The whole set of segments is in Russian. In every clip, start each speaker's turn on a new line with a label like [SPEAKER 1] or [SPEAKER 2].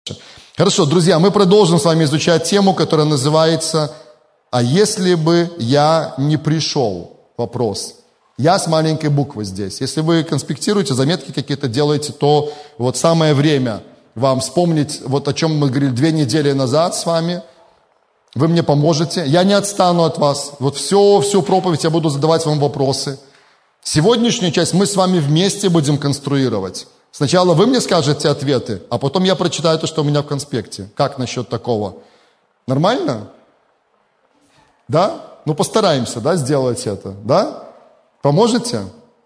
[SPEAKER 1] Хорошо, друзья, мы продолжим с вами изучать тему, которая называется «А если бы я не пришел?» Вопрос. Я с маленькой буквы здесь. Если вы конспектируете, заметки какие-то делаете, то вот самое время вам вспомнить, вот о чем мы говорили 2 недели назад с вами. Вы мне поможете. Я не отстану от вас. Вот всю проповедь я буду задавать вам вопросы. Сегодняшнюю часть мы с вами вместе будем конструировать. Сначала вы мне скажете ответы, а потом я прочитаю то, что у меня в конспекте. Как насчет такого? Нормально? Да? Ну, постараемся, да, сделать это. Да? Поможете?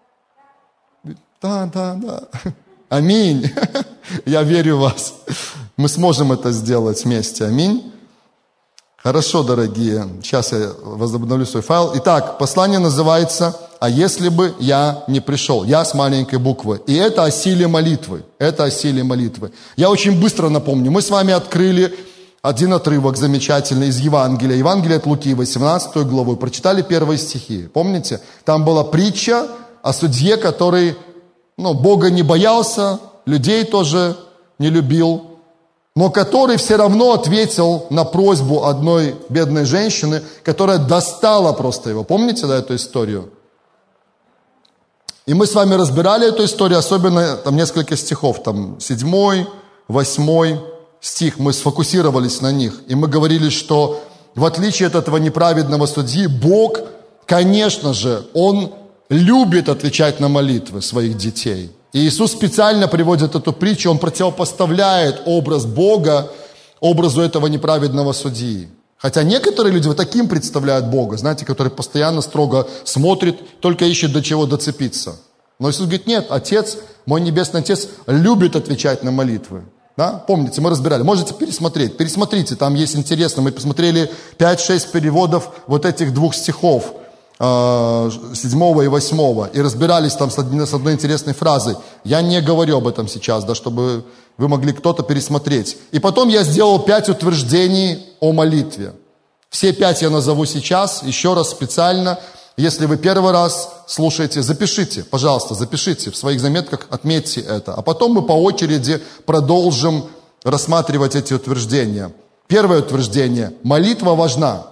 [SPEAKER 1] Да. Аминь. Я верю в вас. Мы сможем это сделать вместе. Аминь. Хорошо, дорогие. Сейчас я возобновлю свой файл. Итак, послание называется «А если бы я не пришел?» Я с маленькой буквы. И это о силе молитвы. Это о силе молитвы. Я очень быстро напомню. Мы с вами открыли один отрывок замечательный из Евангелия. Евангелие от Луки, 18 главу. Прочитали первые стихи. Помните? Там была притча о судье, который Бога не боялся, людей тоже не любил, но который все равно ответил на просьбу одной бедной женщины, которая достала просто его. Помните, да, эту историю? И мы с вами разбирали эту историю, особенно там несколько стихов, там 7, 8 стих, мы сфокусировались на них. И мы говорили, что в отличие от этого неправедного судьи, Бог, конечно же, Он любит отвечать на молитвы своих детей. И Иисус специально приводит эту притчу, Он противопоставляет образ Бога образу этого неправедного судьи. Хотя некоторые люди вот таким представляют Бога, знаете, который постоянно строго смотрит, только ищет до чего доцепиться. Но Иисус говорит, нет, Отец, мой Небесный Отец любит отвечать на молитвы. Да? Помните, мы разбирали, можете пересмотреть, пересмотрите, там есть интересно, мы посмотрели 5-6 переводов вот этих 2 стихов, 7 и 8, и разбирались там с одной интересной фразой. Я не говорю об этом сейчас, да, чтобы вы могли кто-то пересмотреть. И потом я сделал 5 утверждений о молитве. Все 5 я назову сейчас, еще раз специально. Если вы первый раз слушаете, запишите, пожалуйста, запишите в своих заметках, отметьте это. А потом мы по очереди продолжим рассматривать эти утверждения. Первое утверждение. Молитва важна.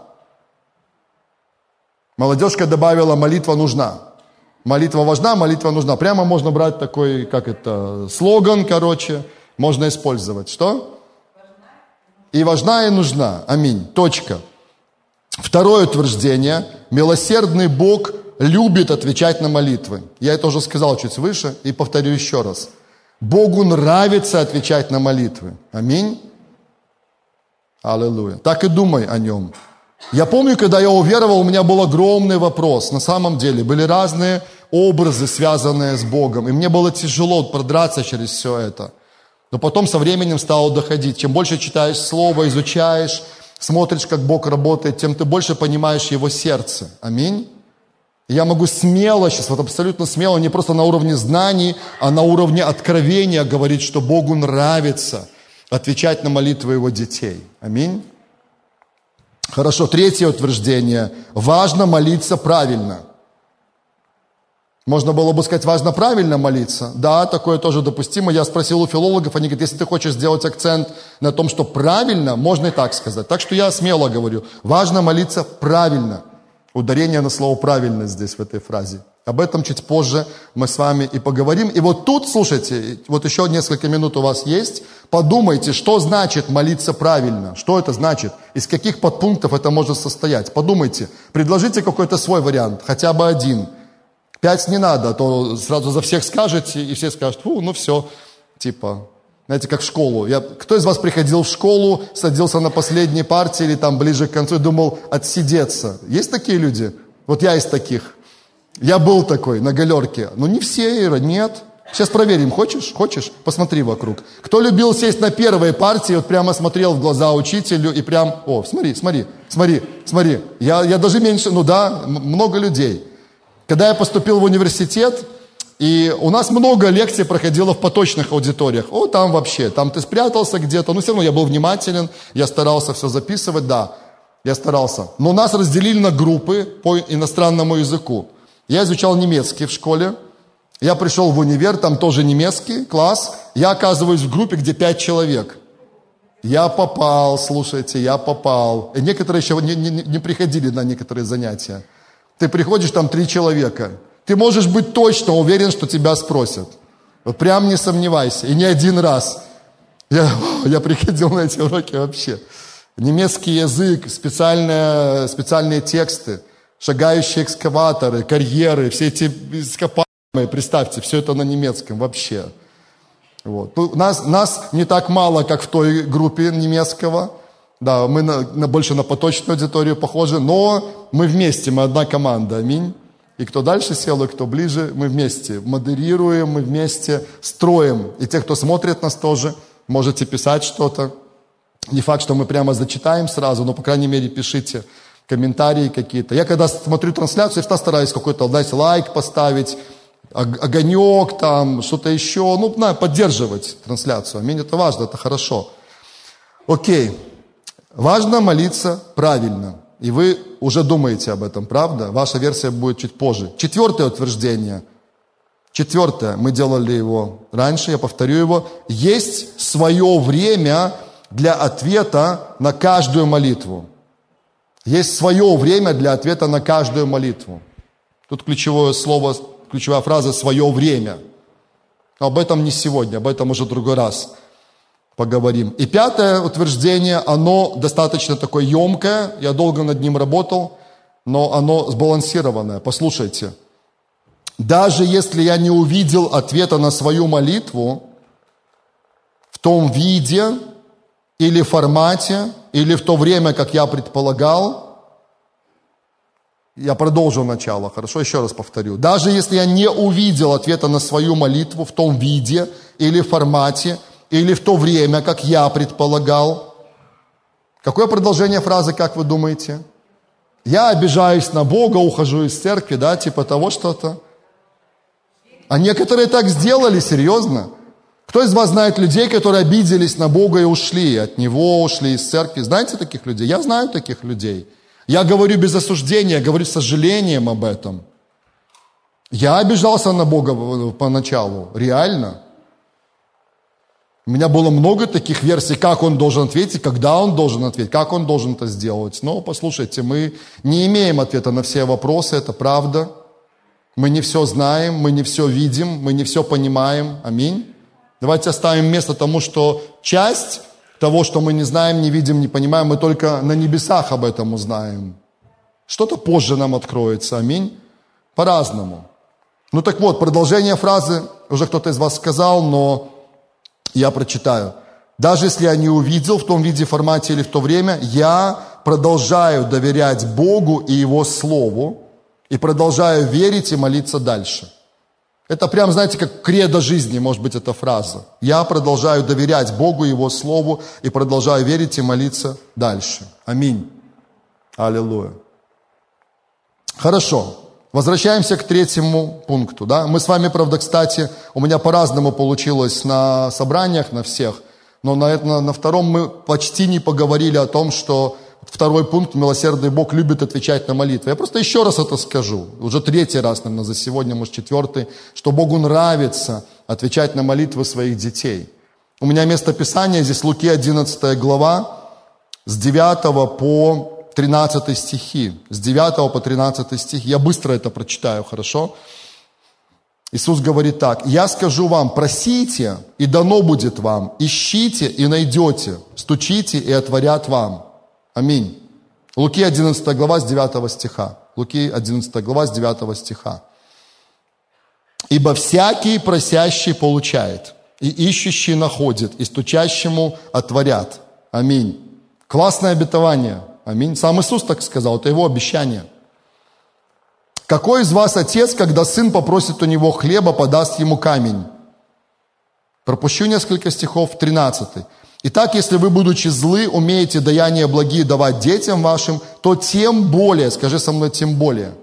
[SPEAKER 1] Молодежка добавила, молитва нужна. Молитва важна, молитва нужна. Прямо можно брать такой, слоган, можно использовать. Что? И важна, и нужна. Аминь. Точка. Второе утверждение. Милосердный Бог любит отвечать на молитвы. Я это уже сказал чуть выше и повторю еще раз. Богу нравится отвечать на молитвы. Аминь. Аллилуйя. Так и думай о Нем. Я помню, когда я уверовал, у меня был огромный вопрос. На самом деле, были разные образы, связанные с Богом. И мне было тяжело продраться через все это. Но потом со временем стало доходить. Чем больше читаешь Слово, изучаешь, смотришь, как Бог работает, тем ты больше понимаешь Его сердце. Аминь. И я могу смело, сейчас вот абсолютно смело, не просто на уровне знаний, а на уровне откровения говорить, что Богу нравится отвечать на молитвы Его детей. Аминь. Хорошо, третье утверждение. Важно молиться правильно. Можно было бы сказать, важно правильно молиться. Да, такое тоже допустимо. Я спросил у филологов, они говорят, если ты хочешь сделать акцент на том, что правильно, можно и так сказать. Так что я смело говорю, важно молиться правильно. Ударение на слово «правильно» здесь, в этой фразе. Об этом чуть позже мы с вами и поговорим. И вот тут, слушайте, вот еще несколько минут у вас есть. Подумайте, что значит молиться правильно? Что это значит? Из каких подпунктов это может состоять? Подумайте. Предложите какой-то свой вариант, хотя бы один. 5 не надо, а то сразу за всех скажете, и все скажут, все, знаете, как в школу. Кто из вас приходил в школу, садился на последней партии или там ближе к концу и думал отсидеться? Есть такие люди? Вот я из таких. Я был такой на галерке. Но не все, Ира, нет. Сейчас проверим. Хочешь? Посмотри вокруг. Кто любил сесть на первой партии, вот прямо смотрел в глаза учителю и прям, смотри. Я даже меньше, много людей. Когда я поступил в университет, и у нас много лекций проходило в поточных аудиториях. Там ты спрятался где-то, но все равно я был внимателен, я старался все записывать, я старался. Но нас разделили на группы по иностранному языку. Я изучал немецкий в школе, я пришел в универ, там тоже немецкий класс, я оказываюсь в группе, где 5 человек. Я попал, слушайте, я попал. И некоторые еще не приходили на некоторые занятия. Ты приходишь, там 3 человека. Ты можешь быть точно уверен, что тебя спросят. Вот прям не сомневайся. И не один раз. Я приходил на эти уроки вообще. Немецкий язык, специальные тексты, шагающие экскаваторы, карьеры, все эти ископаемые, представьте, все это на немецком вообще. Вот. Нас не так мало, как в той группе немецкого. Да, мы больше на поточную аудиторию похожи, но мы вместе, мы одна команда. Аминь. И кто дальше сел, и кто ближе, мы вместе модерируем, мы вместе строим. И те, кто смотрит нас тоже, можете писать что-то. Не факт, что мы прямо зачитаем сразу, но, по крайней мере, пишите комментарии какие-то. Я когда смотрю трансляцию, я всегда стараюсь какой-то, знаете, лайк поставить, огонек там, что-то еще. Поддерживать трансляцию. Аминь, это важно, это хорошо. Окей. Важно молиться правильно. И вы уже думаете об этом, правда? Ваша версия будет чуть позже. 4-е утверждение. 4-е, мы делали его раньше, я повторю его. Есть свое время для ответа на каждую молитву. Есть свое время для ответа на каждую молитву. Тут ключевое слово, ключевая фраза «свое время». Но об этом не сегодня, об этом уже в другой раз поговорим. И 5-е утверждение, оно достаточно такое емкое, я долго над ним работал, но оно сбалансированное. Послушайте, даже если я не увидел ответа на свою молитву в том виде или формате, или в то время, как я предполагал, я продолжу начало, хорошо, еще раз повторю. Даже если я не увидел ответа на свою молитву в том виде или формате, или в то время, как я предполагал. Какое продолжение фразы, как вы думаете? Я обижаюсь на Бога, ухожу из церкви, да, типа того что-то. А некоторые так сделали, серьезно. Кто из вас знает людей, которые обиделись на Бога и ушли от Него, ушли из церкви? Знаете таких людей? Я знаю таких людей. Я говорю без осуждения, говорю с сожалением об этом. Я обижался на Бога поначалу, реально. У меня было много таких версий, как он должен ответить, когда он должен ответить, как он должен это сделать. Но послушайте, мы не имеем ответа на все вопросы, это правда. Мы не все знаем, мы не все видим, мы не все понимаем. Аминь. Давайте оставим место тому, что часть того, что мы не знаем, не видим, не понимаем, мы только на небесах об этом узнаем. Что-то позже нам откроется. Аминь. По-разному. Ну так вот, продолжение фразы уже кто-то из вас сказал, но я прочитаю. Даже если я не увидел в том виде, формате или в то время, я продолжаю доверять Богу и Его Слову и продолжаю верить и молиться дальше. Это прям, знаете, как кредо жизни, может быть, эта фраза. Я продолжаю доверять Богу и Его Слову и продолжаю верить и молиться дальше. Аминь. Аллилуйя. Хорошо. Возвращаемся к 3-му пункту. Да? Мы с вами, правда, кстати, у меня по-разному получилось на собраниях, на всех, но на 2-м мы почти не поговорили о том, что 2-й пункт, милосердный Бог любит отвечать на молитвы. Я просто еще раз это скажу, уже 3-й раз, наверное, за сегодня, может, 4-й, что Богу нравится отвечать на молитвы своих детей. У меня место Писания здесь Луки 11 глава, с 9 по 13 стихи, с 9 по 13 стих. Я быстро это прочитаю, хорошо? Иисус говорит так: «Я скажу вам, просите, и дано будет вам, ищите, и найдете, стучите, и отворят вам». Аминь. Луки 11 глава с 9 стиха. Луки 11 глава с 9 стиха. «Ибо всякий просящий получает, и ищущий находит, и стучащему отворят». Аминь. Классное обетование. Аминь. Сам Иисус так сказал, это Его обещание. «Какой из вас отец, когда сын попросит у него хлеба, подаст ему камень?» Пропущу несколько стихов, 13. «Итак, если вы, будучи злы, умеете даяния благие давать детям вашим, то тем более, скажи со мной, тем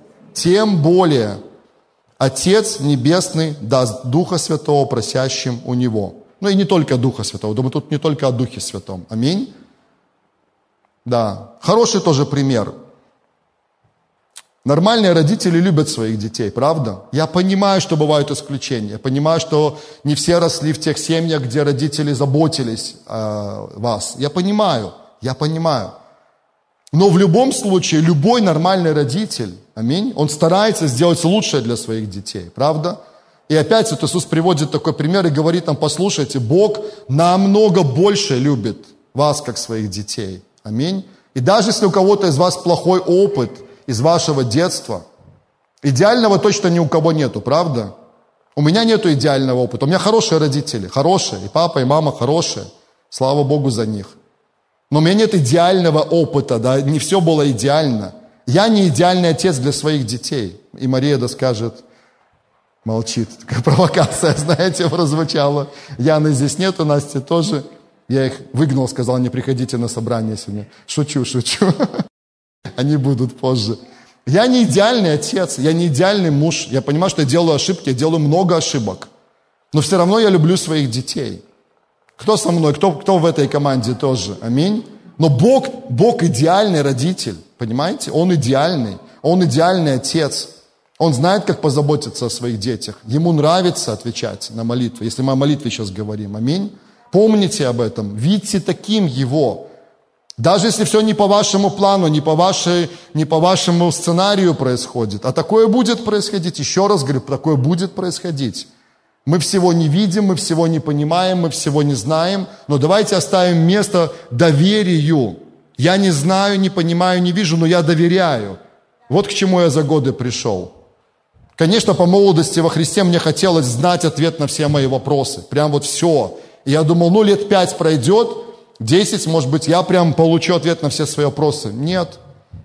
[SPEAKER 1] более Отец Небесный даст Духа Святого просящим у Него». Ну и не только Духа Святого, думаю, тут не только о Духе Святом. Аминь. Да, хороший тоже пример. Нормальные родители любят своих детей, правда? Я понимаю, что бывают исключения. Я понимаю, что не все росли в тех семьях, где родители заботились о вас. Я понимаю. Но в любом случае, любой нормальный родитель, аминь, он старается сделать лучшее для своих детей, правда? И опять вот Иисус приводит такой пример и говорит нам: послушайте, Бог намного больше любит вас, как своих детей. Аминь. И даже если у кого-то из вас плохой опыт из вашего детства, идеального точно ни у кого нету, правда? У меня нету идеального опыта. У меня хорошие родители, хорошие, и папа, и мама хорошие. Слава Богу за них. Но у меня нет идеального опыта, да, не все было идеально. Я не идеальный отец для своих детей. И Мария да скажет, молчит. Такая провокация, знаете, прозвучала. Яны здесь нету, Насти тоже. Я их выгнал, сказал, не приходите на собрание сегодня. Шучу. Они будут позже. Я не идеальный отец, я не идеальный муж. Я понимаю, что я делаю ошибки, я делаю много ошибок. Но все равно я люблю своих детей. Кто со мной? Кто в этой команде тоже? Аминь. Но Бог идеальный родитель, понимаете? Он идеальный отец. Он знает, как позаботиться о своих детях. Ему нравится отвечать на молитвы, если мы о молитве сейчас говорим. Аминь. Помните об этом, видите таким Его. Даже если все не по вашему плану, не по вашему сценарию происходит, а такое будет происходить, еще раз говорю, такое будет происходить. Мы всего не видим, мы всего не понимаем, мы всего не знаем, но давайте оставим место доверию. Я не знаю, не понимаю, не вижу, но я доверяю. Вот к чему я за годы пришел. Конечно, по молодости во Христе мне хотелось знать ответ на все мои вопросы. Прям вот все. И я думал, лет 5 пройдет, 10, может быть, я прям получу ответ на все свои вопросы. Нет.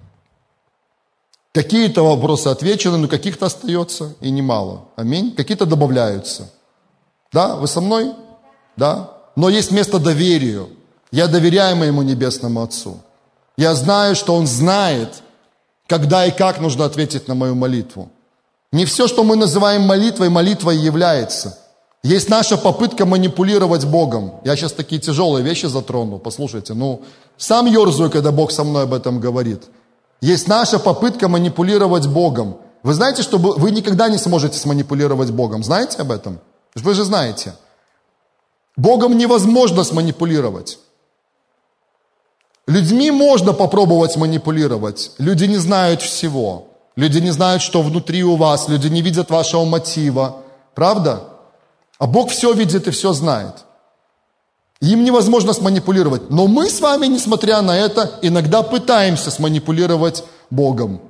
[SPEAKER 1] Какие-то вопросы отвечены, но каких-то остается и немало. Аминь. Какие-то добавляются. Да, вы со мной? Да. Но есть место доверию. Я доверяю моему Небесному Отцу. Я знаю, что Он знает, когда и как нужно ответить на мою молитву. Не все, что мы называем молитвой, молитвой является. Есть наша попытка манипулировать Богом. Я сейчас такие тяжелые вещи затрону. Послушайте, сам ерзаю, когда Бог со мной об этом говорит. Есть наша попытка манипулировать Богом. Вы знаете, что вы никогда не сможете сманипулировать Богом? Знаете об этом? Вы же знаете. Богом невозможно сманипулировать. Людьми можно попробовать манипулировать. Люди не знают всего. Люди не знают, что внутри у вас. Люди не видят вашего мотива. Правда? А Бог все видит и все знает. Им невозможно сманипулировать. Но мы с вами, несмотря на это, иногда пытаемся сманипулировать Богом.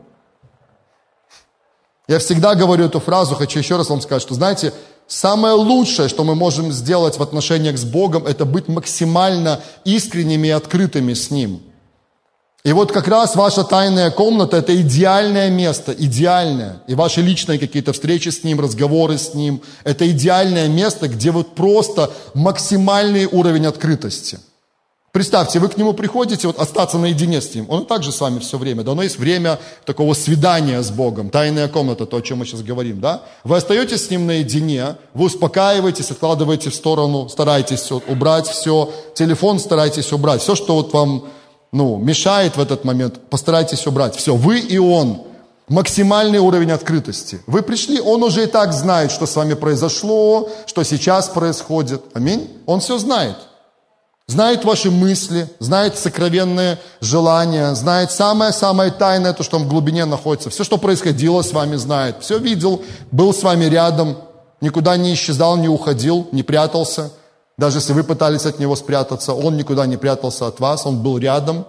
[SPEAKER 1] Я всегда говорю эту фразу, хочу еще раз вам сказать, что, знаете, самое лучшее, что мы можем сделать в отношениях с Богом, это быть максимально искренними и открытыми с Ним. И вот как раз ваша тайная комната – это идеальное место, идеальное. И ваши личные какие-то встречи с Ним, разговоры с Ним – это идеальное место, где вот просто максимальный уровень открытости. Представьте, вы к Нему приходите, вот остаться наедине с Ним. Он также с вами все время. Да, но есть время такого свидания с Богом. Тайная комната, то, о чем мы сейчас говорим. Да? Вы остаетесь с Ним наедине, вы успокаиваетесь, откладываете в сторону, стараетесь убрать все. Телефон старайтесь убрать. Все, что вот вам мешает в этот момент, постарайтесь убрать. Все, вы и Он. Максимальный уровень открытости. Вы пришли, Он уже и так знает, что с вами произошло, что сейчас происходит. Аминь. Он все знает. Знает ваши мысли, знает сокровенные желания, знает самое-самое тайное, то, что там в глубине находится. Все, что происходило с вами, знает. Все видел, был с вами рядом, никуда не исчезал, не уходил, не прятался. Даже если вы пытались от Него спрятаться, Он никуда не прятался от вас, Он был рядом.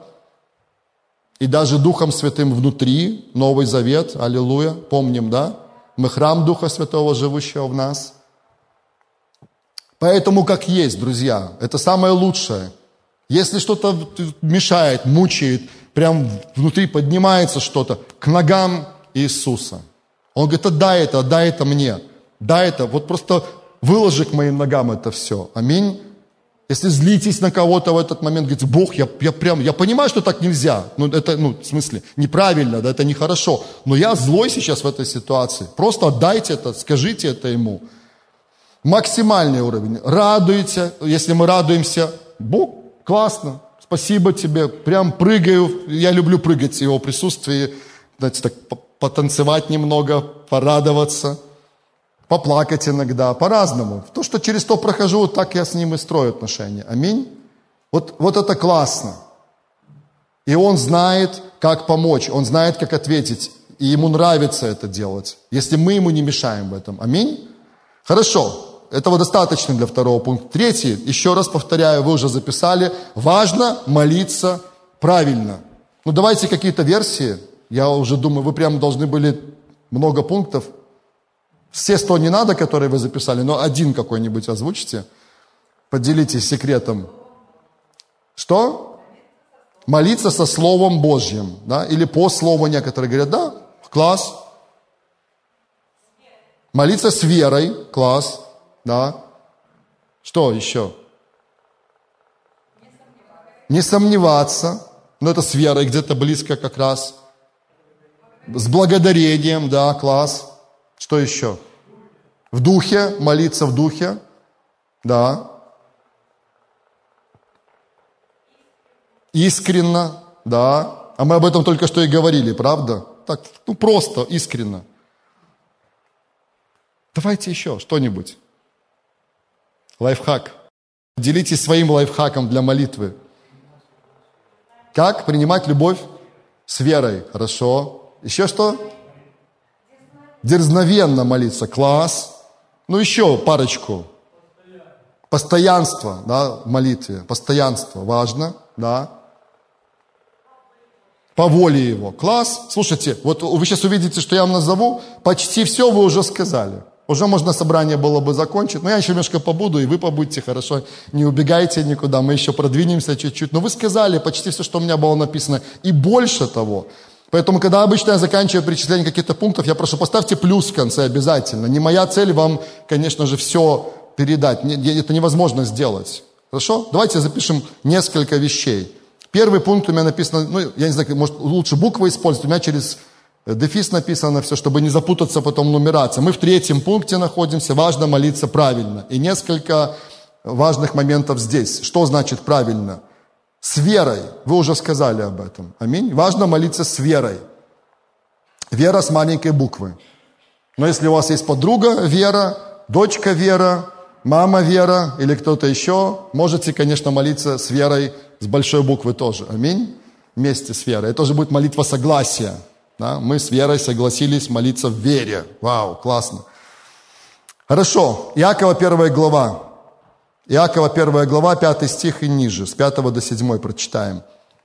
[SPEAKER 1] И даже Духом Святым внутри, Новый Завет, аллилуйя, помним, да? Мы храм Духа Святого, живущего в нас. Поэтому как есть, друзья, это самое лучшее. Если что-то мешает, мучает, прям внутри поднимается что-то, к ногам Иисуса. Он говорит, отдай это мне, дай это, вот просто выложи к моим ногам это все. Аминь. Если злитесь на кого-то в этот момент, говорите, Бог, я понимаю, что так нельзя. В смысле, неправильно, да, это нехорошо. Но я злой сейчас в этой ситуации. Просто отдайте это, скажите это Ему. Максимальный уровень. Радуйте, если мы радуемся, Бог, классно, спасибо тебе, прям прыгаю, я люблю прыгать в Его присутствии, знаете, так потанцевать немного, порадоваться, поплакать иногда, по-разному. То, что через то прохожу, так я с ним и строю отношения. Аминь. Вот это классно. И он знает, как помочь, он знает, как ответить. И ему нравится это делать, если мы ему не мешаем в этом. Аминь. Хорошо. Этого достаточно для второго пункта. Третий, еще раз повторяю, вы уже записали. Важно молиться правильно. Ну, давайте какие-то версии. Я уже думаю, вы прямо должны были много пунктов. Все 100 не надо, которые вы записали, но один какой-нибудь озвучите. Поделитесь секретом. Что? Молиться со Словом Божьим. Да? Или по Слову некоторые говорят, да, класс. Молиться с верой, класс. Да. Что еще? Не сомневаться. Но это с верой где-то близко как раз. С благодарением, да, класс. Что еще? В духе, молиться в духе. Да. Искренно, да. А мы об этом только что и говорили, правда? Так, ну просто, искренно. Давайте еще что-нибудь. Лайфхак. Делитесь своим лайфхаком для молитвы. Как принимать любовь с верой? Хорошо. Еще что? Дерзновенно молиться. Класс. Ну еще парочку. Постоянство, да, в молитве. Постоянство. Важно, да. По воле его. Класс. Слушайте, вот вы сейчас увидите, что я вам назову. Почти все вы уже сказали. Уже можно собрание было бы закончить. Но я еще немножко побуду, и вы побудьте, хорошо. Не убегайте никуда, мы еще продвинемся чуть-чуть. Но вы сказали почти все, что у меня было написано. И больше того. Поэтому, когда обычно я заканчиваю перечисление каких-то пунктов, я прошу, поставьте плюс в конце обязательно. Не моя цель вам, конечно же, все передать. Это невозможно сделать. Хорошо? Давайте запишем несколько вещей. Первый пункт у меня написано, ну, я не знаю, может, лучше буквы использовать. У меня через дефис написано все, чтобы не запутаться потом в нумерации. Мы в третьем пункте находимся. Важно молиться правильно. И несколько важных моментов здесь. Что значит правильно? С верой. Вы уже сказали об этом. Аминь. Важно молиться с верой. Вера с маленькой буквы. Но если у вас есть подруга Вера, дочка Вера, мама Вера или кто-то еще, можете, конечно, молиться с верой с большой буквы тоже. Аминь. Вместе с верой. Это тоже будет молитва согласия. Да? Мы с верой согласились молиться в вере. Вау, классно. Хорошо. Иакова 1 глава. Иакова 1 глава, 5 стих и ниже. С 5 до 7 прочитаем.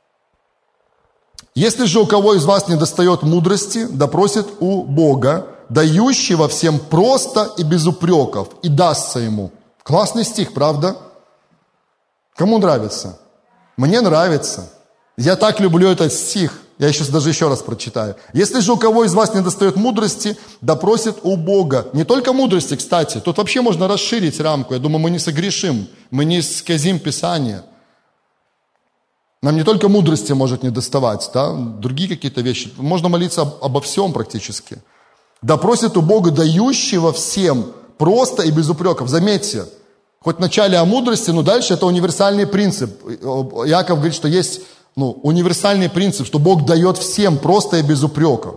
[SPEAKER 1] «Если же у кого из вас недостает мудрости, да просит у Бога, дающего всем просто и без упреков, и дастся ему». Классный стих, правда? Кому нравится? Мне нравится. Я так люблю этот стих. Я сейчас даже еще раз прочитаю. «Если же у кого из вас недостает мудрости, да просит у Бога». Не только мудрости, кстати. Тут вообще можно расширить рамку. Я думаю, мы не согрешим. Мы не исказим Писание. Нам не только мудрости может недоставать, да? Другие какие-то вещи. Можно молиться обо всем практически. «Да просит у Бога, дающего всем просто и без упреков». Заметьте, хоть в начале о мудрости, но дальше это универсальный принцип. Иаков говорит, что есть универсальный принцип, что Бог дает всем просто и без упреков.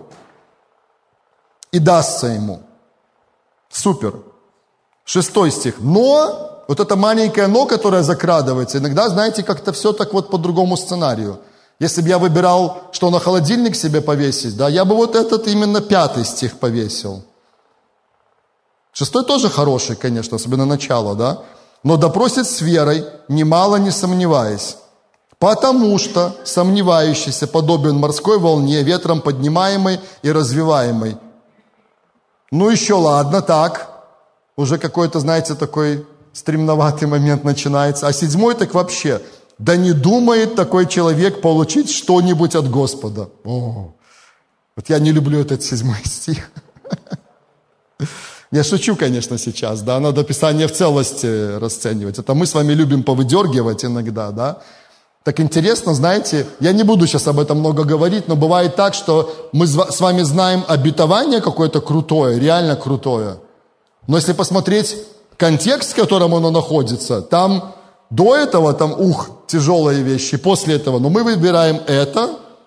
[SPEAKER 1] И дастся ему. Супер. 6 стих. Но, вот это маленькое но, которое закрадывается, иногда, знаете, как-то все так вот по другому сценарию. Если бы я выбирал, что на холодильник себе повесить, да, я бы вот этот именно 5 стих повесил. 6 тоже хороший, конечно, особенно начало, да. Но допросит с верой, немало не сомневаясь. Потому что сомневающийся подобен морской волне, ветром поднимаемой и развиваемой. Ну еще ладно, так. Уже какой-то, знаете, такой стремноватый момент начинается. А 7 так вообще. Да не думает такой человек получить что-нибудь от Господа. О, вот я не люблю этот 7 стих. Я шучу, конечно, сейчас, да. Надо Писание в целости расценивать. Это мы с вами любим повыдергивать иногда, да. Так интересно, знаете, я не буду сейчас об этом много говорить, но бывает так, что мы с вами знаем обетование какое-то крутое, реально крутое. Но если посмотреть контекст, в котором оно находится, там до этого, тяжелые вещи, после этого, но мы выбираем это,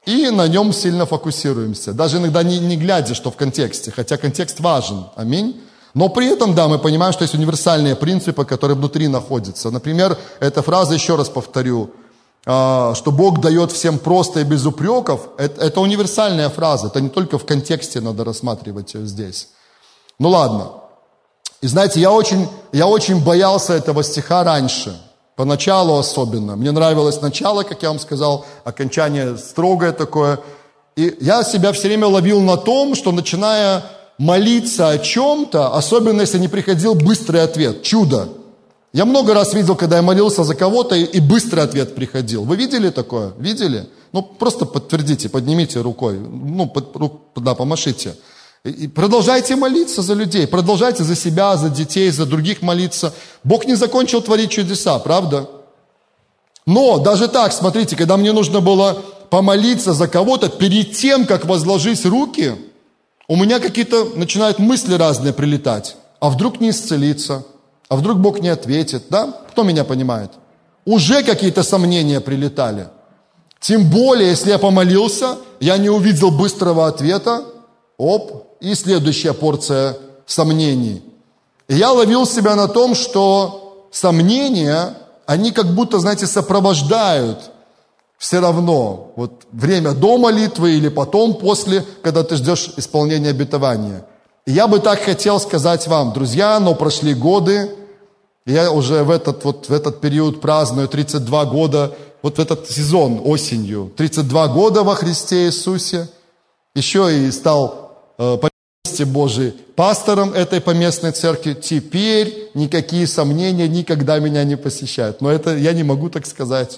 [SPEAKER 1] и на нем сильно фокусируемся. Даже иногда не глядя, что в контексте, хотя контекст важен. Аминь. Но при этом, да, мы понимаем, что есть универсальные принципы, которые внутри находятся. Например, эта фраза, еще раз повторю, что Бог дает всем просто и без упреков, это универсальная фраза, это не только в контексте надо рассматривать ее здесь. Ну ладно. И знаете, я очень боялся этого стиха раньше, поначалу особенно. Мне нравилось начало, как я вам сказал, окончание строгое такое. И я себя все время ловил на том, что начиная молиться о чем-то, особенно если не приходил быстрый ответ, чудо. Я много раз видел, когда я молился за кого-то, и быстрый ответ приходил. Вы видели такое? Видели? Ну, просто подтвердите, поднимите рукой, помашите. И продолжайте молиться за людей, продолжайте за себя, за детей, за других молиться. Бог не закончил творить чудеса, правда? Но даже так, смотрите, когда мне нужно было помолиться за кого-то, перед тем, как возложить руки, у меня какие-то начинают мысли разные прилетать. А вдруг не исцелится? А вдруг Бог не ответит? Да? Кто меня понимает? Уже какие-то сомнения прилетали. Тем более, если я помолился, я не увидел быстрого ответа, и следующая порция сомнений. И я ловил себя на том, что сомнения, они как будто, знаете, сопровождают все равно вот время до молитвы или потом, после, когда ты ждешь исполнения обетования. И я бы так хотел сказать вам, друзья, но прошли годы, я уже в этот период праздную 32 года, вот в этот сезон осенью, 32 года во Христе Иисусе, еще и стал по милости Божией пастором этой поместной церкви. Теперь никакие сомнения никогда меня не посещают. Но это я не могу так сказать.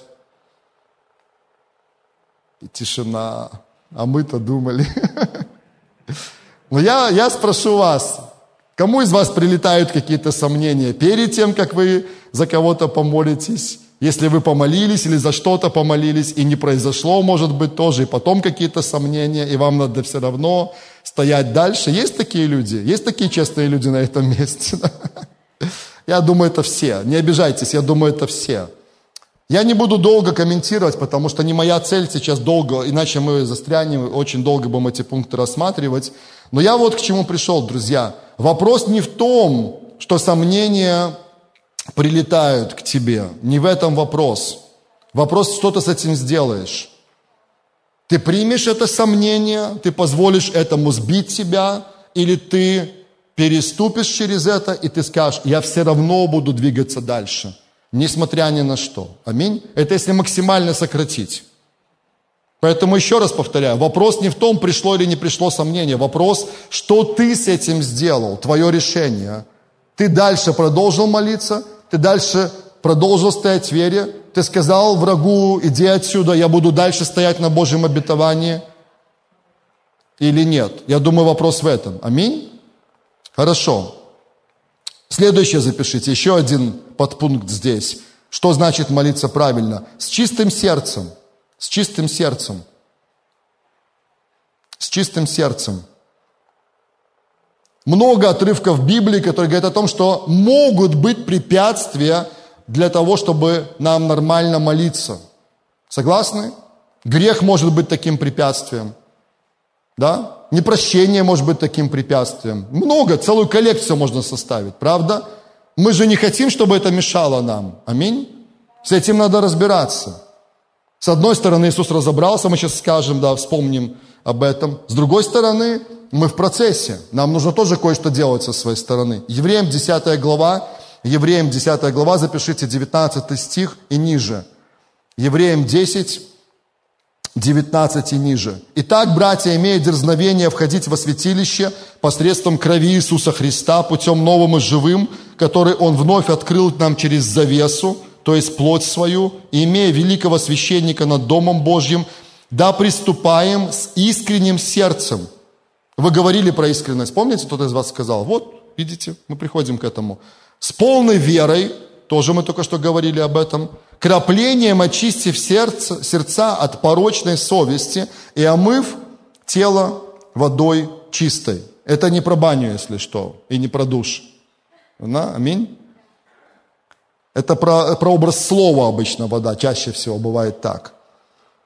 [SPEAKER 1] И тишина. А мы-то думали. Но я спрошу вас, кому из вас прилетают какие-то сомнения перед тем, как вы за кого-то помолитесь? Если вы помолились или за что-то помолились, и не произошло, может быть, тоже, и потом какие-то сомнения, и вам надо все равно стоять дальше. Есть такие люди? Есть такие честные люди на этом месте? Я думаю, это все. Не обижайтесь, я думаю, это все. Я не буду долго комментировать, потому что не моя цель сейчас долго, иначе мы застрянем, очень долго будем эти пункты рассматривать. Но я вот к чему пришел, друзья. Вопрос не в том, что сомнения прилетают к тебе. Не в этом вопрос. Вопрос, что ты с этим сделаешь. Ты примешь это сомнение, ты позволишь этому сбить тебя, или ты переступишь через это, и ты скажешь, я все равно буду двигаться дальше, несмотря ни на что. Аминь. Это если максимально сократить. Поэтому еще раз повторяю, вопрос не в том, пришло или не пришло сомнение. Вопрос, что ты с этим сделал, твое решение. Ты дальше продолжил молиться, ты дальше продолжил стоять в вере, ты сказал врагу, иди отсюда, я буду дальше стоять на Божьем обетовании. Или нет? Я думаю, вопрос в этом. Аминь? Хорошо. Следующее запишите, еще один подпункт здесь. Что значит молиться правильно? С чистым сердцем. С чистым сердцем. С чистым сердцем. Много отрывков Библии, которые говорят о том, что могут быть препятствия для того, чтобы нам нормально молиться. Согласны? Грех может быть таким препятствием. Да? Непрощение может быть таким препятствием. Много, целую коллекцию можно составить, правда? Мы же не хотим, чтобы это мешало нам. Аминь? С этим надо разбираться. С одной стороны, Иисус разобрался, мы сейчас скажем, да, вспомним об этом. С другой стороны, мы в процессе. Нам нужно тоже кое-что делать со своей стороны. Евреям 10 глава, запишите 19 стих и ниже. Евреям 10, 19 и ниже. «Итак, братья, имея дерзновение входить во святилище посредством крови Иисуса Христа, путем новым и живым, который Он вновь открыл нам через завесу, то есть плоть свою, и имея великого священника над Домом Божьим, да приступаем с искренним сердцем». Вы говорили про искренность. Помните, кто-то из вас сказал? Вот, видите, мы приходим к этому. С полной верой, тоже мы только что говорили об этом, краплением очистив сердца от порочной совести и омыв тело водой чистой. Это не про баню, если что, и не про душ. Да? Аминь. Это про образ слова обычно вода, чаще всего бывает так.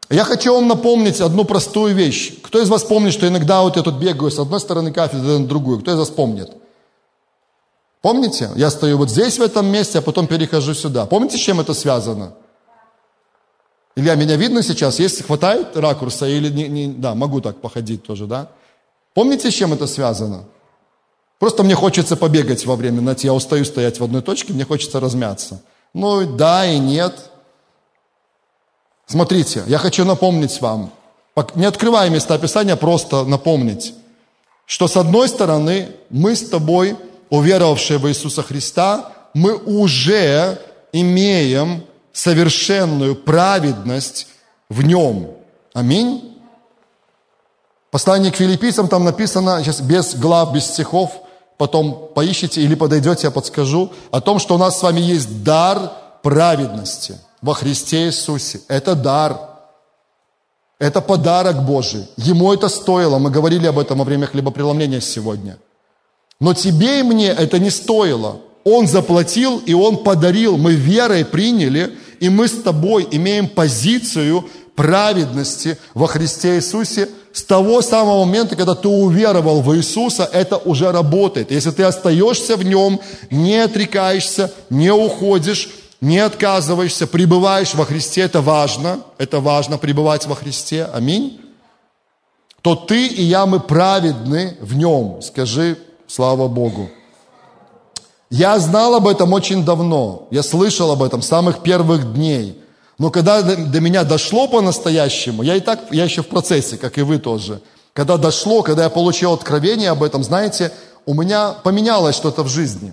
[SPEAKER 1] Я хочу вам напомнить одну простую вещь. Кто из вас помнит, что иногда вот я тут бегаю с одной стороны кафедры на другую? Кто из вас помнит? Помните? Я стою вот здесь, в этом месте, а потом перехожу сюда. Помните, с чем это связано? Илья, меня видно сейчас? Если хватает ракурса или не? Да, могу так походить тоже, да? Помните, с чем это связано? Просто мне хочется побегать во время, я устаю стоять в одной точке, мне хочется размяться. Ну, да и нет. Смотрите, я хочу напомнить вам, не открывая места Писания, просто напомнить, что с одной стороны, мы с тобой, уверовавшие в Иисуса Христа, мы уже имеем совершенную праведность в Нем. Аминь. Послание к Филиппийцам, там написано, сейчас без глав, без стихов, потом поищите или подойдете, я подскажу, о том, что у нас с вами есть дар праведности во Христе Иисусе. Это дар. Это подарок Божий. Ему это стоило. Мы говорили об этом во время хлебопреломления сегодня. Но тебе и мне это не стоило. Он заплатил, и Он подарил. Мы верой приняли, и мы с тобой имеем позицию праведности во Христе Иисусе. С того самого момента, когда ты уверовал в Иисуса, это уже работает. Если ты остаешься в Нем, не отрекаешься, не уходишь, не отказываешься, пребываешь во Христе, это важно пребывать во Христе, аминь, то ты и я, мы праведны в Нем. Скажи, слава Богу. Я знал об этом очень давно, я слышал об этом с самых первых дней. Но когда до меня дошло по-настоящему, я еще в процессе, как и вы тоже, когда дошло, когда я получил откровение об этом, знаете, у меня поменялось что-то в жизни.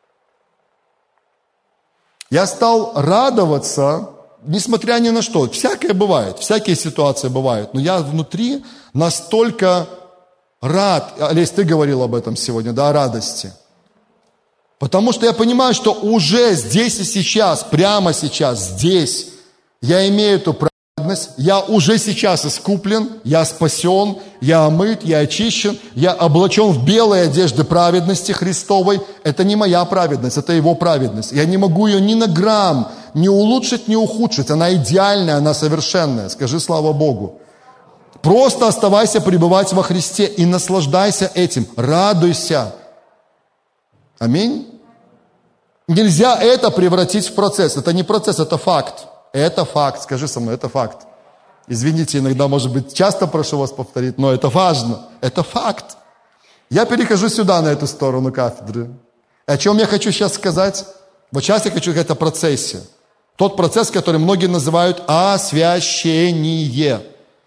[SPEAKER 1] Я стал радоваться, несмотря ни на что. Всякое бывает, всякие ситуации бывают, но я внутри настолько рад. Олесь, ты говорил об этом сегодня, да, о радости. Потому что я понимаю, что уже здесь и сейчас, прямо сейчас, здесь, я имею эту праведность, я уже сейчас искуплен, я спасен, я омыт, я очищен, я облачен в белые одежды праведности Христовой. Это не моя праведность, это Его праведность. Я не могу ее ни на грамм ни улучшить, ни ухудшить. Она идеальная, она совершенная. Скажи слава Богу. Просто оставайся пребывать во Христе и наслаждайся этим. Радуйся. Аминь. Нельзя это превратить в процесс. Это не процесс, это факт. Это факт. Скажи со мной, это факт. Извините, иногда, может быть, часто прошу вас повторить, но это важно. Это факт. Я перехожу сюда, на эту сторону кафедры. И о чем я хочу сейчас сказать? Вот сейчас я хочу сказать о процессе. Тот процесс, который многие называют освящение.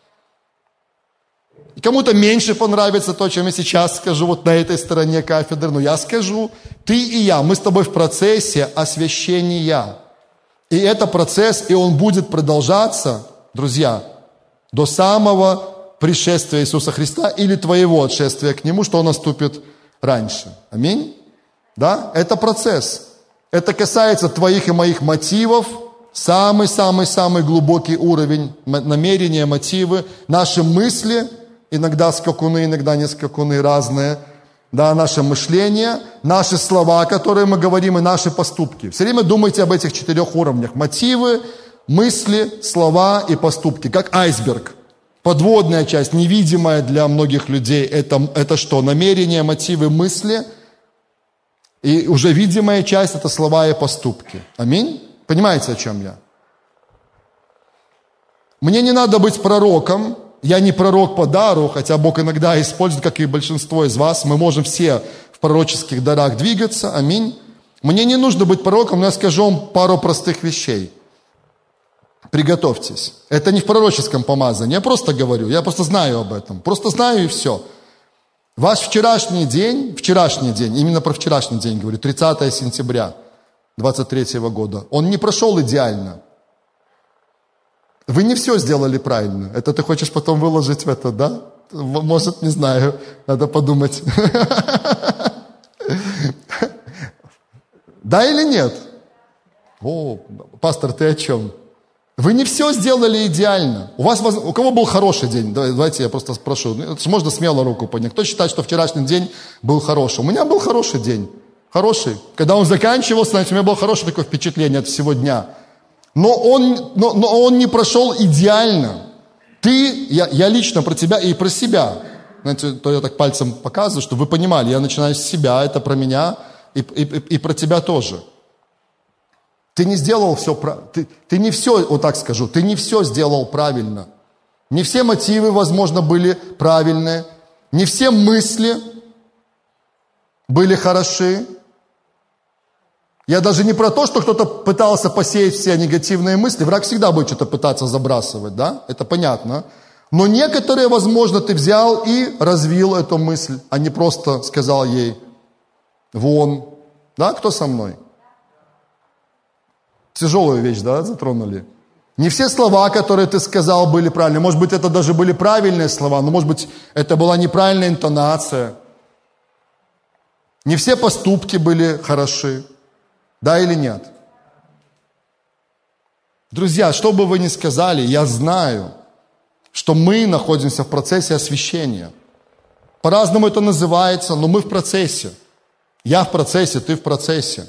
[SPEAKER 1] И кому-то меньше понравится то, о чем я сейчас скажу, вот на этой стороне кафедры. Но я скажу, ты и я, мы с тобой в процессе освящения. И это процесс, и он будет продолжаться, друзья, до самого пришествия Иисуса Христа или твоего отшествия к Нему, что он наступит раньше. Аминь? Да? Это процесс. Это касается твоих и моих мотивов, самый-самый-самый глубокий уровень намерения, мотивы, наши мысли, иногда скакуны, иногда не скакуны, разные, да, наше мышление, наши слова, которые мы говорим, и наши поступки. Все время думайте об этих 4 уровнях. Мотивы, мысли, слова и поступки. Как айсберг. Подводная часть, невидимая для многих людей, это что? Намерения, мотивы, мысли. И уже видимая часть – это слова и поступки. Аминь? Понимаете, о чем я? Мне не надо быть пророком. Я не пророк по дару, хотя Бог иногда использует, как и большинство из вас. Мы можем все в пророческих дарах двигаться. Аминь. Мне не нужно быть пророком, но я скажу вам пару простых вещей. Приготовьтесь. Это не в пророческом помазании. Я просто говорю, я просто знаю об этом. Просто знаю и все. Ваш вчерашний день, именно про вчерашний день говорю, 30 сентября 2023 года, он не прошел идеально. Вы не все сделали правильно. Это ты хочешь потом выложить в это, да? Может, не знаю, надо подумать. Да или нет? О, пастор, ты о чем? Вы не все сделали идеально. У кого был хороший день? Давайте я просто спрошу. Можно смело руку поднять. Кто считает, что вчерашний день был хороший? У меня был хороший день. Хороший. Когда он заканчивался, знаете, у меня было хорошее такое впечатление от всего дня. Но он не прошел идеально. Я лично про тебя и про себя. Знаете, то я так пальцем показываю, чтобы вы понимали, я начинаю с себя, это про меня и про тебя тоже. Ты не сделал все правильно. Ты не все, вот так скажу, ты не все сделал правильно. Не все мотивы, возможно, были правильные. Не все мысли были хороши. Я даже не про то, что кто-то пытался посеять все негативные мысли. Враг всегда будет что-то пытаться забрасывать, да? Это понятно. Но некоторые, возможно, ты взял и развил эту мысль, а не просто сказал ей «вон». Да, кто со мной? Тяжелую вещь, да, затронули? Не все слова, которые ты сказал, были правильные. Может быть, это даже были правильные слова, но, может быть, это была неправильная интонация. Не все поступки были хороши. Да или нет? Друзья, что бы вы ни сказали, я знаю, что мы находимся в процессе освящения. По-разному это называется, но мы в процессе. Я в процессе, ты в процессе.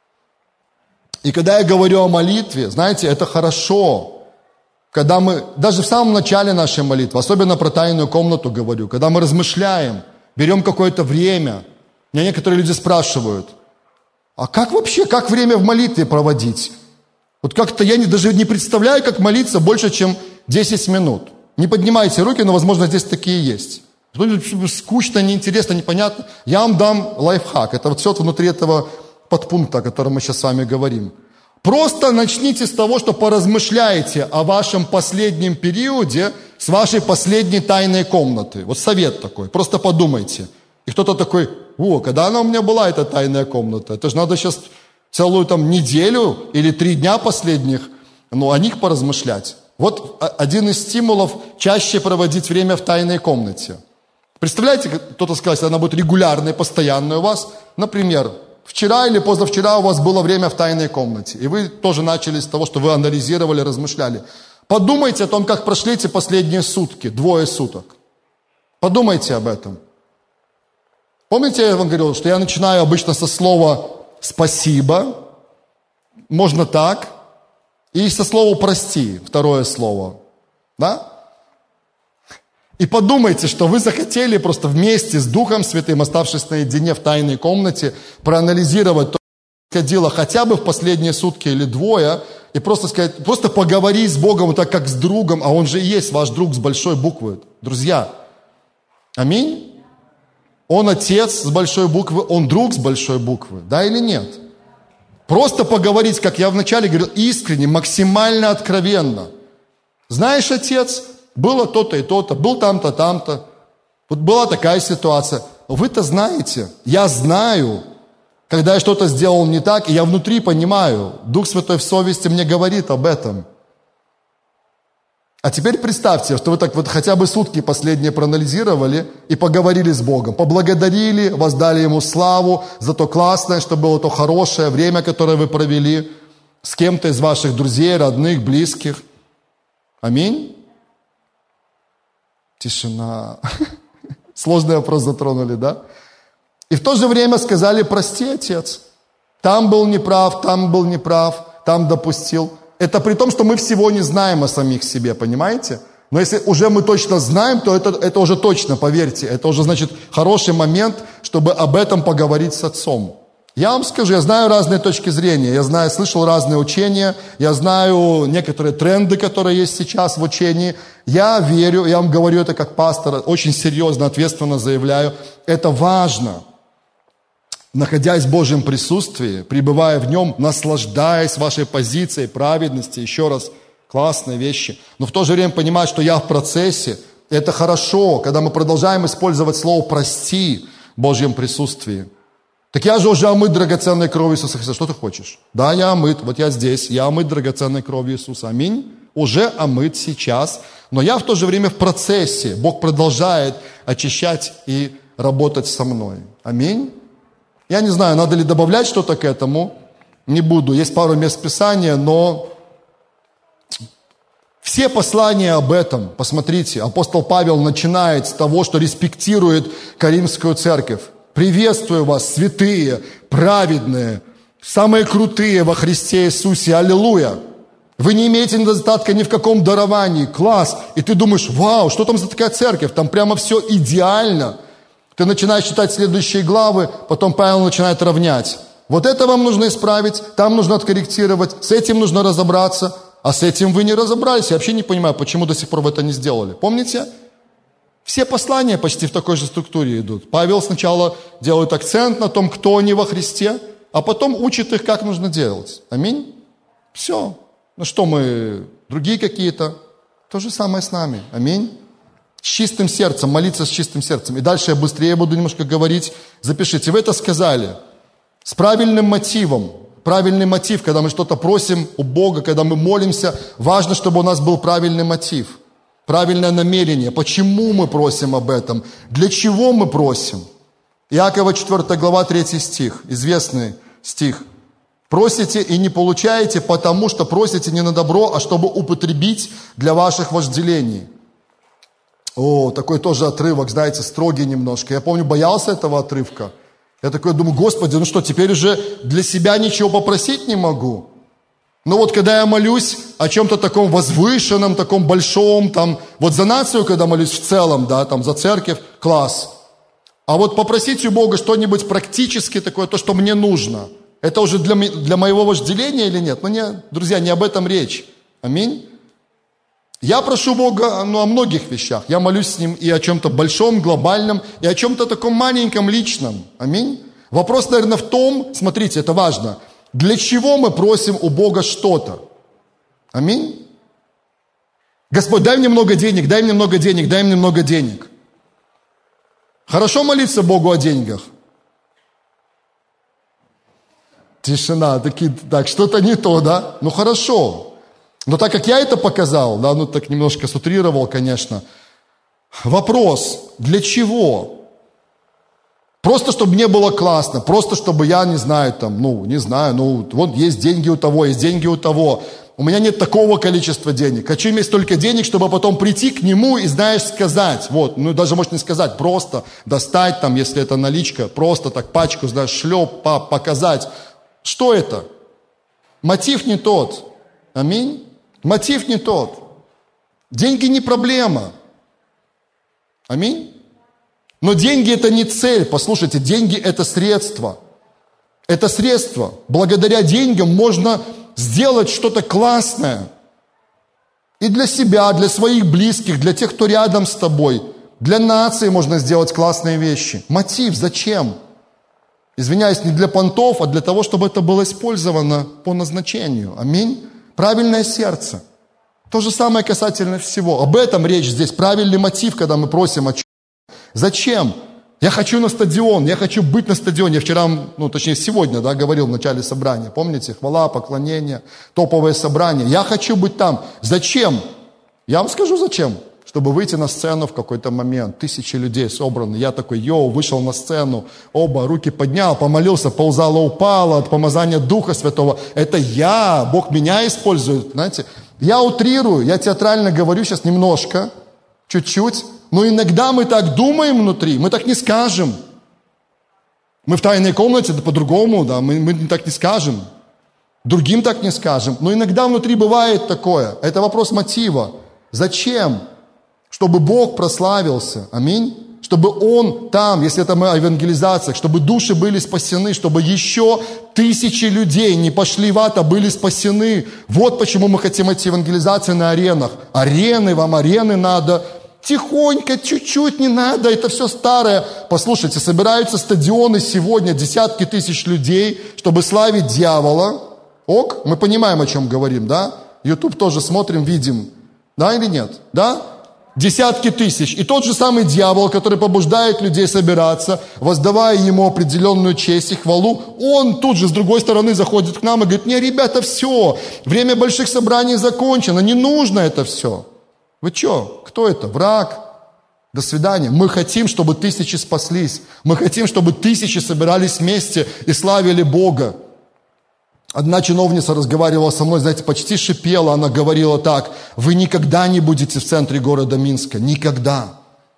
[SPEAKER 1] И когда я говорю о молитве, знаете, это хорошо. Когда мы, даже в самом начале нашей молитвы, особенно про тайную комнату говорю, когда мы размышляем, берем какое-то время. Меня некоторые люди спрашивают, а как вообще, как время в молитве проводить? Вот как-то я даже не представляю, как молиться больше, чем 10 минут. Не поднимайте руки, но, возможно, здесь такие есть. Скучно, неинтересно, непонятно. Я вам дам лайфхак. Это вот все внутри этого подпункта, о котором мы сейчас с вами говорим. Просто начните с того, что поразмышляйте о вашем последнем периоде с вашей последней тайной комнаты. Вот совет такой. Просто подумайте. И кто-то такой, когда она у меня была, эта тайная комната? Это же надо сейчас целую там неделю или 3 дня последних, о них поразмышлять. Вот один из стимулов чаще проводить время в тайной комнате. Представляете, кто-то сказал, если она будет регулярной, постоянной у вас, например, вчера или позавчера у вас было время в тайной комнате, и вы тоже начали с того, что вы анализировали, размышляли. Подумайте о том, как прошли эти последние сутки, 2 суток. Подумайте об этом. Помните, я вам говорил, что я начинаю обычно со слова «спасибо», можно так, и со слова «прости», 2 слово, да? И подумайте, что вы захотели просто вместе с Духом Святым, оставшись наедине в тайной комнате, проанализировать то, что происходило хотя бы в последние сутки или 2, и просто сказать, просто поговори с Богом вот так, как с другом, а Он же и есть ваш друг с большой буквы. Друзья, аминь? Он отец с большой буквы, он друг с большой буквы, да или нет? Просто поговорить, как я вначале говорил, искренне, максимально откровенно. Знаешь, отец, было то-то и то-то, был там-то, там-то. Вот была такая ситуация. Вы-то знаете, я знаю, когда я что-то сделал не так, и я внутри понимаю, Дух Святой в совести мне говорит об этом. А теперь представьте, что вы так вот хотя бы сутки последние проанализировали и поговорили с Богом, поблагодарили, воздали Ему славу за то классное, что было то хорошее время, которое вы провели с кем-то из ваших друзей, родных, близких. Аминь? Тишина. Сложный вопрос затронули, да? И в то же время сказали, прости, отец. Там был неправ, там допустил. Это при том, что мы всего не знаем о самих себе, понимаете? Но если уже мы точно знаем, то это уже точно, поверьте, это уже, значит, хороший момент, чтобы об этом поговорить с отцом. Я вам скажу, я знаю разные точки зрения, я слышал разные учения, я знаю некоторые тренды, которые есть сейчас в учении. Я верю, я вам говорю это как пастор, очень серьезно, ответственно заявляю, это важно. Находясь в Божьем присутствии, пребывая в Нем, наслаждаясь вашей позицией праведности, еще раз, классные вещи, но в то же время понимать, что я в процессе, это хорошо, когда мы продолжаем использовать слово «прости» в Божьем присутствии. Так я же уже омыт драгоценной кровью Иисуса Христа. Что ты хочешь? Да, я омыт, вот я здесь, я омыт драгоценной кровью Иисуса. Аминь. Уже омыт сейчас, но я в то же время в процессе. Бог продолжает очищать и работать со мной. Аминь. Я не знаю, надо ли добавлять что-то к этому. Не буду. Есть пару мест Писания, но все послания об этом, посмотрите, апостол Павел начинает с того, что респектирует Коринфскую церковь. Приветствую вас, святые, праведные, самые крутые во Христе Иисусе. Аллилуйя. Вы не имеете недостатка ни в каком даровании. Класс. И ты думаешь, вау, что там за такая церковь? Там прямо все идеально. Ты начинаешь читать следующие главы, потом Павел начинает равнять. Вот это вам нужно исправить, там нужно откорректировать, с этим нужно разобраться, а с этим вы не разобрались. Я вообще не понимаю, почему до сих пор вы это не сделали. Помните? Все послания почти в такой же структуре идут. Павел сначала делает акцент на том, кто они во Христе, а потом учит их, как нужно делать. Аминь? Все. Ну что мы, другие какие-то? То же самое с нами. Аминь. С чистым сердцем, молиться с чистым сердцем. И дальше я быстрее буду немножко говорить. Запишите, вы это сказали. С правильным мотивом. Правильный мотив, когда мы что-то просим у Бога, когда мы молимся, важно, чтобы у нас был правильный мотив. Правильное намерение. Почему мы просим об этом? Для чего мы просим? Иакова 4 глава 3 стих. Известный стих. Просите и не получаете, потому что просите не на добро, а чтобы употребить для ваших вожделений. О, такой тоже отрывок, знаете, строгий немножко. Я помню, боялся этого отрывка. Я такой думаю, Господи, ну что, теперь уже для себя ничего попросить не могу? Но вот когда я молюсь о чем-то таком возвышенном, таком большом, там, вот за нацию, когда молюсь в целом, да, там, за церковь, класс. А вот попросить у Бога что-нибудь практически такое, то, что мне нужно, это уже для моего вожделения или нет? Ну, не, друзья, не об этом речь. Аминь. Я прошу Бога, о многих вещах. Я молюсь с Ним и о чем-то большом, глобальном, и о чем-то таком маленьком, личном. Аминь. Вопрос, наверное, в том, смотрите, это важно, для чего мы просим у Бога что-то? Аминь. Господь, дай мне много денег, дай мне много денег, дай мне много денег. Хорошо молиться Богу о деньгах? Тишина, так, что-то не то, да? Ну хорошо. Но так как я это показал, да, ну так немножко сутрировал, конечно. Вопрос, для чего? Просто, чтобы мне было классно, просто, чтобы я, не знаю, вот есть деньги у того, есть деньги у того. У меня нет такого количества денег. Хочу иметь столько денег, чтобы потом прийти к нему и, знаешь, сказать. Вот, ну даже, может, не сказать, просто достать там, если это наличка, просто так пачку, знаешь, показать. Что это? Мотив не тот. Аминь. Мотив не тот. Деньги не проблема. Аминь. Но деньги это не цель. Послушайте, деньги это средство. Это средство. Благодаря деньгам можно сделать что-то классное. И для себя, для своих близких, для тех, кто рядом с тобой. Для нации можно сделать классные вещи. Мотив зачем? Извиняюсь, не для понтов, а для того, чтобы это было использовано по назначению. Аминь. Правильное сердце. То же самое касательно всего. Об этом речь здесь. Правильный мотив, когда мы просим о чем. Зачем? Я хочу на стадион, я хочу быть на стадионе. Я вчера, сегодня, говорил в начале собрания. Помните? Хвала, поклонение, топовое собрание. Я хочу быть там. Зачем? Я вам скажу зачем. Чтобы выйти на сцену в какой-то момент. 1000 людей собраны. Я такой, вышел на сцену. Оба, руки поднял, помолился, ползало, упало от помазания Духа Святого. Это я, Бог меня использует, знаете. Я утрирую, я театрально говорю сейчас немножко, чуть-чуть. Но иногда мы так думаем внутри, мы так не скажем. Мы в тайной комнате, да по-другому, да, мы так не скажем. Другим так не скажем. Но иногда внутри бывает такое. Это вопрос мотива. Зачем? Чтобы Бог прославился. Аминь. Чтобы Он там, если это мы о евангелизациях, чтобы души были спасены, чтобы еще 1000 людей не пошли в ад, а были спасены. Вот почему мы хотим эти евангелизации на аренах. Вам арены надо. Тихонько, чуть-чуть, не надо, это все старое. Послушайте, собираются стадионы сегодня, десятки тысяч людей, чтобы славить дьявола. Ок, мы понимаем, о чем говорим, да? YouTube тоже смотрим, видим. Да или нет? Да? Десятки тысяч. И тот же самый дьявол, который побуждает людей собираться, воздавая ему определенную честь и хвалу, он тут же с другой стороны заходит к нам и говорит, не, ребята, все, время больших собраний закончено, не нужно это все. Вы что? Кто это? Враг? До свидания. Мы хотим, чтобы 1000 спаслись. Мы хотим, чтобы 1000 собирались вместе и славили Бога. Одна чиновница разговаривала со мной, знаете, почти шипела. Она говорила так: вы никогда не будете в центре города Минска. Никогда.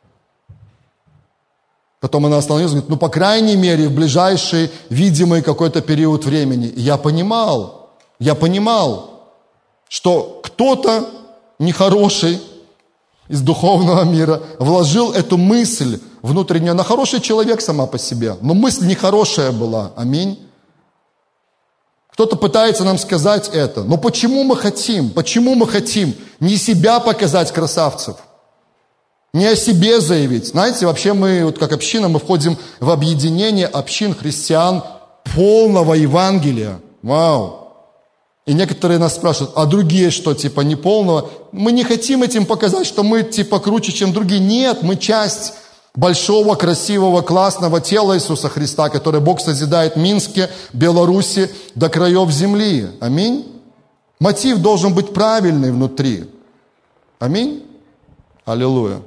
[SPEAKER 1] Потом она остановилась и говорит, по крайней мере, в ближайший видимый какой-то период времени. И я понимал. что кто-то нехороший из духовного мира вложил эту мысль внутреннюю. Она хороший человек сама по себе, но мысль нехорошая была. Аминь. Кто-то пытается нам сказать это. Но почему мы хотим? Почему мы хотим не себя показать красавцев? Не о себе заявить. Знаете, вообще мы, вот как община, мы входим в объединение общин христиан полного Евангелия. Вау! И некоторые нас спрашивают, а другие что, типа неполного? Мы не хотим этим показать, что мы типа круче, чем другие. Нет, мы часть большого, красивого, классного тела Иисуса Христа, которое Бог созидает в Минске, Беларуси, до краев земли. Аминь. Мотив должен быть правильный внутри. Аминь. Аллилуйя.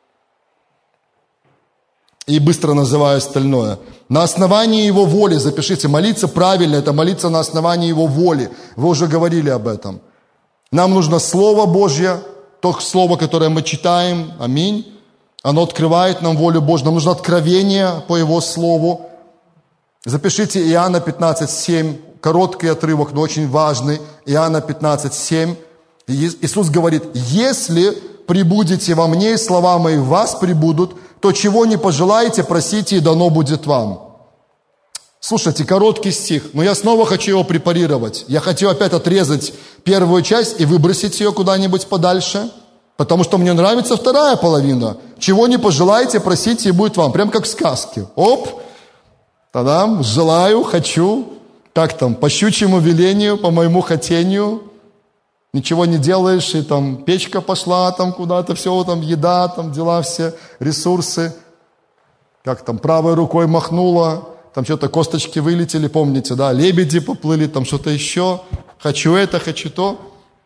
[SPEAKER 1] И быстро называю остальное. На основании Его воли, запишите, молиться правильно, это молиться на основании Его воли. Вы уже говорили об этом. Нам нужно Слово Божье, то Слово, которое мы читаем, аминь. Оно открывает нам волю Божью. Нам нужно откровение по Его Слову. Запишите Иоанна 15:7, короткий отрывок, но очень важный. Иоанна 15:7. Иисус говорит, если пребудете во мне, и слова мои в вас пребудут, то чего не пожелаете, просите, и дано будет вам. Слушайте, короткий стих, но я снова хочу его препарировать. Я хочу опять отрезать первую часть и выбросить ее куда-нибудь подальше, потому что мне нравится вторая половина. Чего не пожелаете, просите, и будет вам. Прям как в сказке. Оп, та-дам, желаю, хочу, как там, по щучьему велению, по моему хотению. Ничего не делаешь, и там печка пошла там куда-то, все там, еда, там дела все, ресурсы. Как там, правой рукой махнула, там что-то косточки вылетели, помните, да, лебеди поплыли, там что-то еще. Хочу это, хочу то.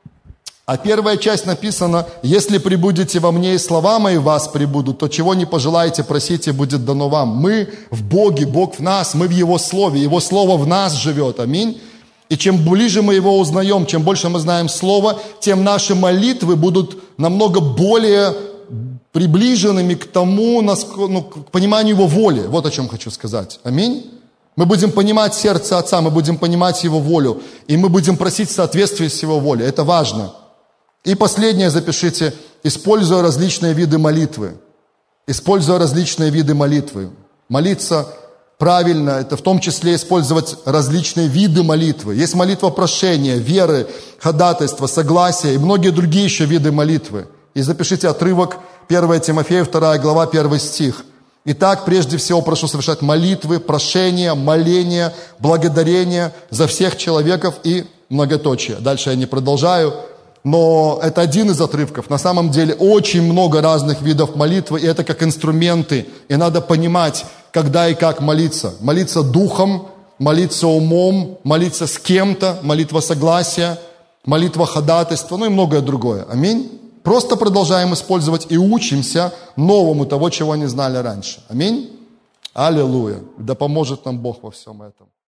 [SPEAKER 1] А первая часть написана, если пребудете во мне, и слова мои в вас пребудут, то чего не пожелаете, просите, будет дано вам. Мы в Боге, Бог в нас, мы в Его Слове, Его Слово в нас живет. Аминь. И чем ближе мы Его узнаем, чем больше мы знаем Слово, тем наши молитвы будут намного более приближенными к тому, к пониманию Его воли. Вот о чем хочу сказать. Аминь. Мы будем понимать сердце Отца, мы будем понимать Его волю, и мы будем просить в соответствии с Его волей. Это важно. И последнее запишите, используя различные виды молитвы. Используя различные виды молитвы. Молиться правильно, это в том числе использовать различные виды молитвы. Есть молитва прошения, веры, ходатайства, согласия и многие другие еще виды молитвы. И запишите отрывок 1 Тимофея, 2 глава, 1 стих. Итак, прежде всего прошу совершать молитвы, прошения, моления, благодарения за всех человеков и многоточие. Дальше я не продолжаю, но это один из отрывков. На самом деле очень много разных видов молитвы, и это как инструменты. И надо понимать, когда и как молиться. Молиться духом, молиться умом, молиться с кем-то, молитва согласия, молитва ходатайства, ну и многое другое. Аминь. Просто продолжаем использовать и учимся новому того, чего не знали раньше. Аминь. Аллилуйя. Да поможет нам Бог во всем этом.